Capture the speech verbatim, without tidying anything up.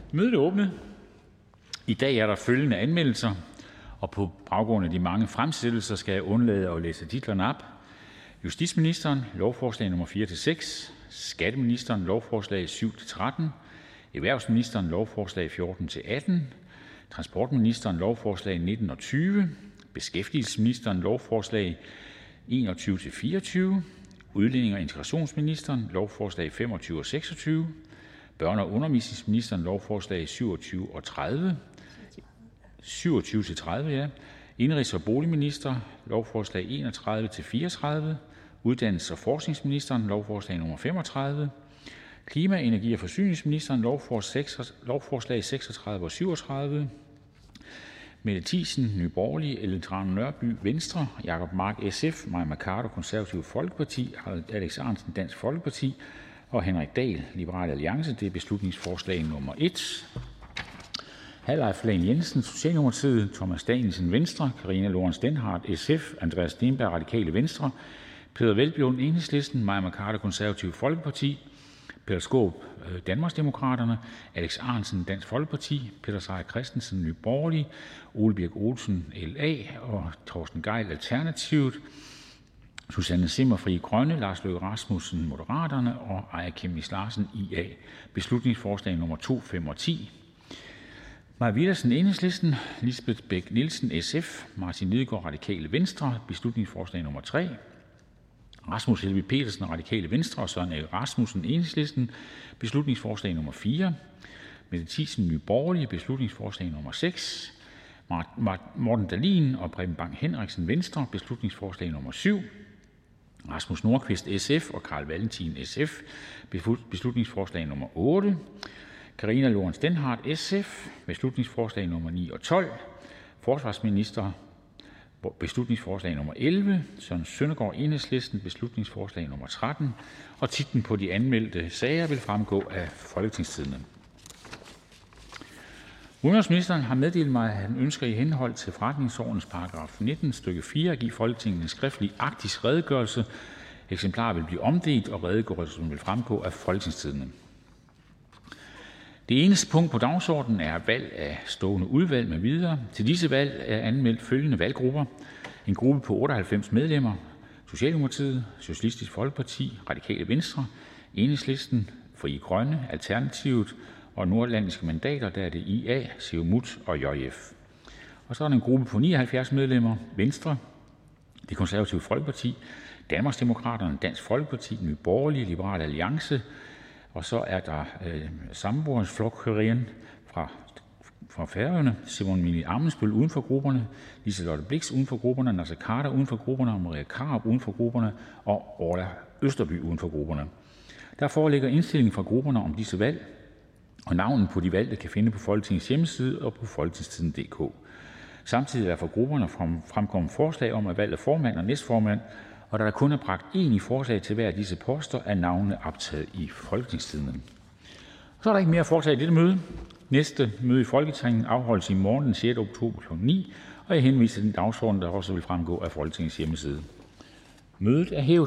Mødet er åbnet. I dag er der følgende anmeldelser, og på baggrund af de mange fremsættelser skal jeg undlade at læse titlerne op. Justitsministeren, lovforslag nummer fire til seks. Skatteministeren, lovforslag syv til tretten. Erhvervsministeren, lovforslag fjorten til atten. Transportministeren, lovforslag nitten og tyve. Beskæftigelsesministeren, lovforslag enogtyve til fireogtyve. Udlændinge- og integrationsministeren, lovforslag femogtyve og seksogtyve. Børne- og undervisningsministeren, lovforslag syvogtyve og tredive. syvogtyve til tredive, ja. Indenrigs- og boligminister, lovforslag enogtredive til fireogtredive. Uddannelses- og forskningsministeren, lovforslag nummer femogtredive. Klima-, energi- og forsyningsministeren, lovforslag seksogtredive og syvogtredive. Mette Thiesen, Nye Borgerlige, Ellen Trane Nørby, Venstre, Jacob Mark, S F, Mai Mercado, Konservative Folkeparti, Alex Ahrendtsen, Dansk Folkeparti og Henrik Dahl, Liberal Alliance. Det er beslutningsforslag nummer et. Leif Lahn Jensen, Socialdemokratiet, Thomas Danielsen, Venstre, Karina Lorentzen Dehnhardt, S F, Andreas Steenberg, Radikale Venstre, Peder Hvelplund, Enhedslisten, Mai Mercado, Konservative Folkeparti, Peter Skaarup, Danmarksdemokraterne, Alex Ahrendtsen, Dansk Folkeparti, Peter Seier Christensen, Nye Borgerlige, Ole Birk Olesen, L A og Torsten Gejl, Alternativet, Susanne Zimmer, Frie Grønne, Lars Løkke Rasmussen, Moderaterne og Aaja Chemnitz Larsen, I A. Beslutningsforslag nummer to, fem og ti. Mai Villadsen, Enhedslisten, Lisbeth Bech-Nielsen, S F, Martin Lidegaard, Radikale Venstre, beslutningsforslag nummer tre. Rasmus Helveg Petersen, Radikale Venstre og Søren Egge Rasmussen, Enhedslisten, beslutningsforslag nummer fire. Mette Thiesen, Nye Borgerlige, beslutningsforslag nummer seks. Morten Dahlin og Preben Bang Henriksen, Venstre, beslutningsforslag nummer syv. Rasmus Nordqvist, S F og Carl Valentin, S F, beslutningsforslag nummer otte. Karina Lorentzen Dehnhardt, S F, beslutningsforslag nummer ni og tolv. Forsvarsminister, beslutningsforslag nummer elleve. Søren Søndergaard, Enhedslisten, beslutningsforslag nummer tretten. Og titlen på de anmeldte sager vil fremgå af Folketingstidende. Udenrigsministeren har meddelt mig, at han ønsker i henhold til forretningsordenens paragraf nitten stykke fire at give Folketinget en skriftlig arktisk redegørelse. Eksemplarer vil blive omdelt, og redegørelsen vil fremgå af Folketingstidende. Det eneste punkt på dagsordenen er valg af stående udvalg med videre. Til disse valg er anmeldt følgende valggrupper. En gruppe på otteoghalvfems medlemmer. Socialdemokratiet, Socialistisk Folkeparti, Radikale Venstre, Enhedslisten, Frie Grønne, Alternativet og nordatlantiske mandater, der er det I A, Siumut og J F. Og så er der en gruppe på nioghalvfjerds medlemmer. Venstre, Det Konservative Folkeparti, Danmarksdemokraterne, Dansk Folkeparti, Nye Borgerlige, Liberal Alliance. Og så er der øh, sammenbordsflokkerien fra, fra Færøerne, Simon Emil Ammitzbøll uden for grupperne, Liselotte Blix uden for grupperne, Naser Khader uden for grupperne, Maria Krarup uden for grupperne og Orla Østerby uden for grupperne. Der foreligger indstilling fra grupperne om disse valg, og navnet på de valgte kan finde på Folketingets hjemmeside og på folketingstidende punktum d k. Samtidig er fra grupperne fremkommet forslag om at valge formand og næstformand, og da der kun er bragt én i forslag til hver af disse poster, er navnene optaget i Folketingstidende. Så er der ikke mere at foretage i dette møde. Næste møde i Folketinget afholdes i morgen den sjette oktober klokken ni, og jeg henviser til den dagsorden, der også vil fremgå af Folketingets hjemmeside. Mødet er hævet.